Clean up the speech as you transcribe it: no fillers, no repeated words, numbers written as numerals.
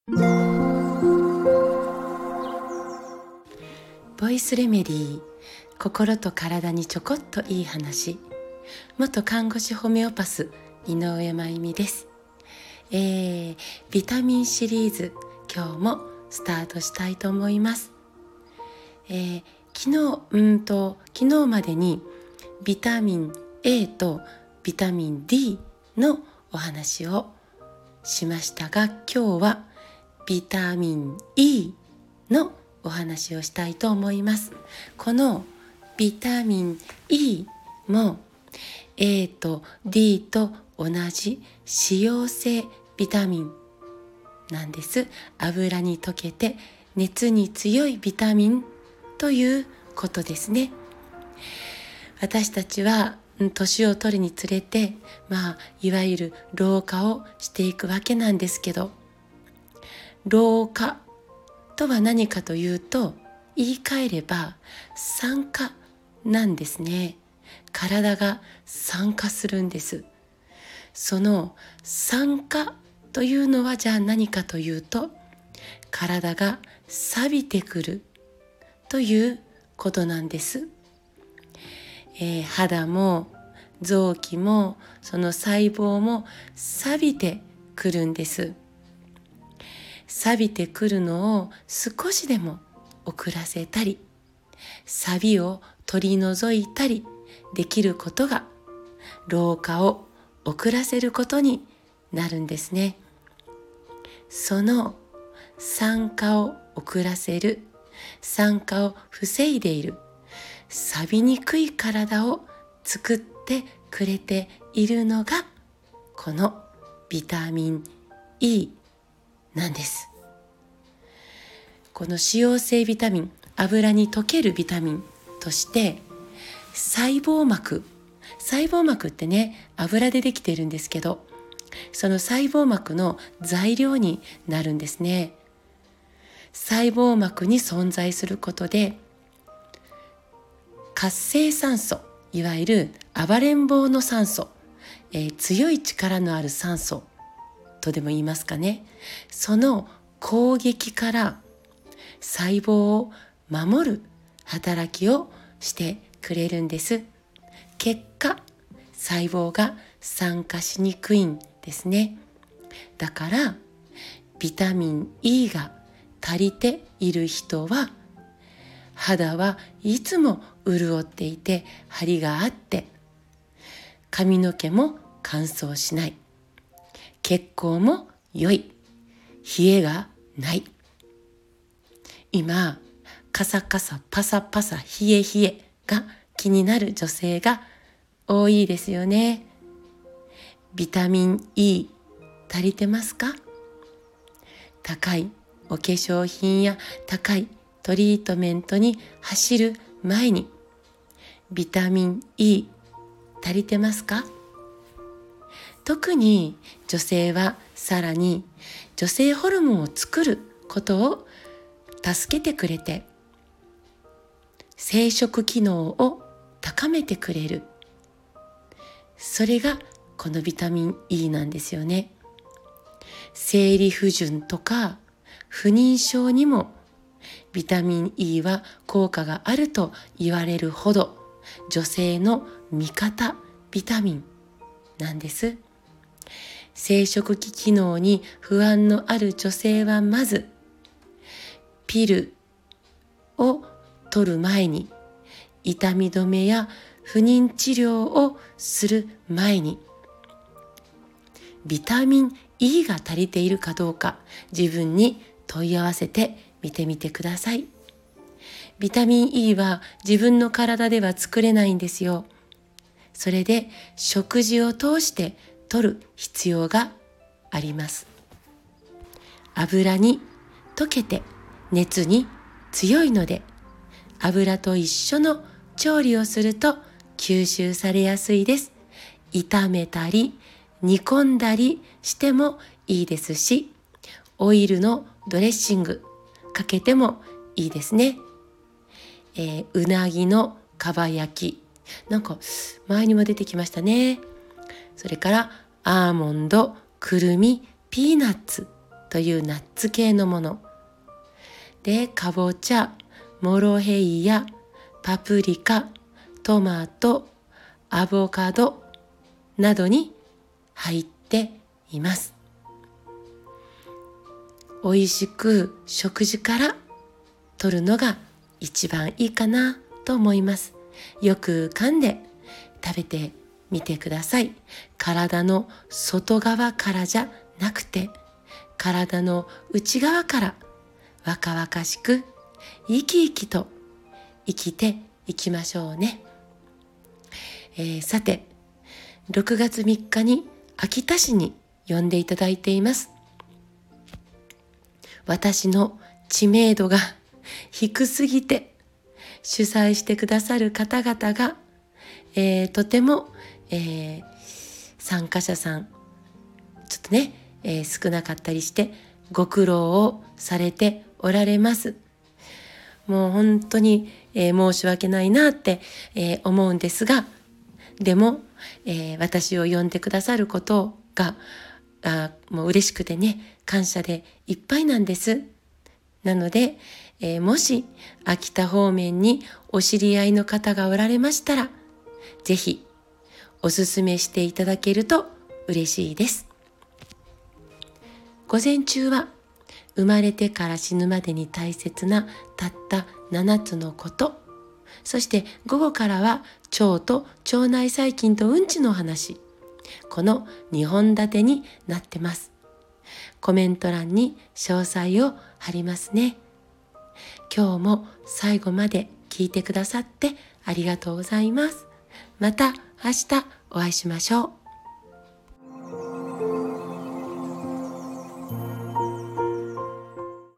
ボイスレメディー、心と体にちょこっといい話。元看護師ホメオパス井上真由美です。ビタミンシリーズ、今日もスタートしたいと思います。昨日までにビタミン A とビタミン D のお話をしましたが、今日はビタミン E のお話をしたいと思います。このビタミン E も A と D と同じ脂溶性ビタミンなんです。油に溶けて熱に強いビタミンということですね。私たちは年を取るにつれて、いわゆる老化をしていくわけなんですけど、老化とは何かというと、言い換えれば酸化なんですね。体が酸化するんです。その酸化というのはじゃあ何かというと、体が錆びてくるということなんです。肌も臓器もその細胞も錆びてくるんです。錆びてくるのを少しでも遅らせたり、錆びを取り除いたりできることが老化を遅らせることになるんですね。その酸化を遅らせる、酸化を防いでいる、錆びにくい体を作ってくれているのがこのビタミン E なんです。この脂溶性ビタミン、油に溶けるビタミンとして細胞膜ってね、油でできているんですけど、その細胞膜の材料になるんですね。細胞膜に存在することで活性酸素、いわゆる暴れん坊の酸素、強い力のある酸素とでも言いますかね、その攻撃から細胞を守る働きをしてくれるんです。結果、細胞が酸化しにくいんですね。だからビタミン E が足りている人は、肌はいつも潤っていて張りがあって、髪の毛も乾燥しない、血行も良い、冷えがない。今、カサカサパサパサ冷え冷えが気になる女性が多いですよね。ビタミン E 足りてますか？高いお化粧品や高いトリートメントに走る前にビタミン E 足りてますか？特に女性はさらに女性ホルモンを作ることを助けてくれて、生殖機能を高めてくれる、それがこのビタミン E なんですよね。生理不順とか不妊症にもビタミン E は効果があると言われるほど、女性の味方ビタミンなんです。生殖器機能に不安のある女性は、まずピルを取る前に、痛み止めや不妊治療をする前に、ビタミン E が足りているかどうか自分に問い合わせてみてみてください。ビタミン E は自分の体では作れないんですよ。それで食事を通して取る必要があります。油に溶けて熱に強いので、油と一緒の調理をすると吸収されやすいです。炒めたり煮込んだりしてもいいですし、オイルのドレッシングかけてもいいですね。うなぎのかば焼き、なんか前にも出てきましたね。それからアーモンド、くるみ、ピーナッツというナッツ系のもので、かぼちゃ、モロヘイヤ、パプリカ、トマト、アボカドなどに入っています。美味しく食事から取るのが一番いいかなと思います。よく噛んで食べてみてください。体の外側からじゃなくて、体の内側から若々しく生き生きと生きていきましょうね。さて、6月3日に秋田市に呼んでいただいています。私の知名度が低すぎて主催してくださる方々が、とても、参加者さんちょっとね、少なかったりしてご苦労をされておられます。もう本当に、申し訳ないなって、思うんですが、でも、私を呼んでくださることがもう嬉しくてね、感謝でいっぱいなんです。なので、もし秋田方面にお知り合いの方がおられましたら、ぜひおすすめしていただけると嬉しいです。午前中は生まれてから死ぬまでに大切なたった7つのこと、そして午後からは腸と腸内細菌とうんちの話、この2本立てになってます。コメント欄に詳細を貼りますね。今日も最後まで聞いてくださってありがとうございます。また明日お会いしましょう。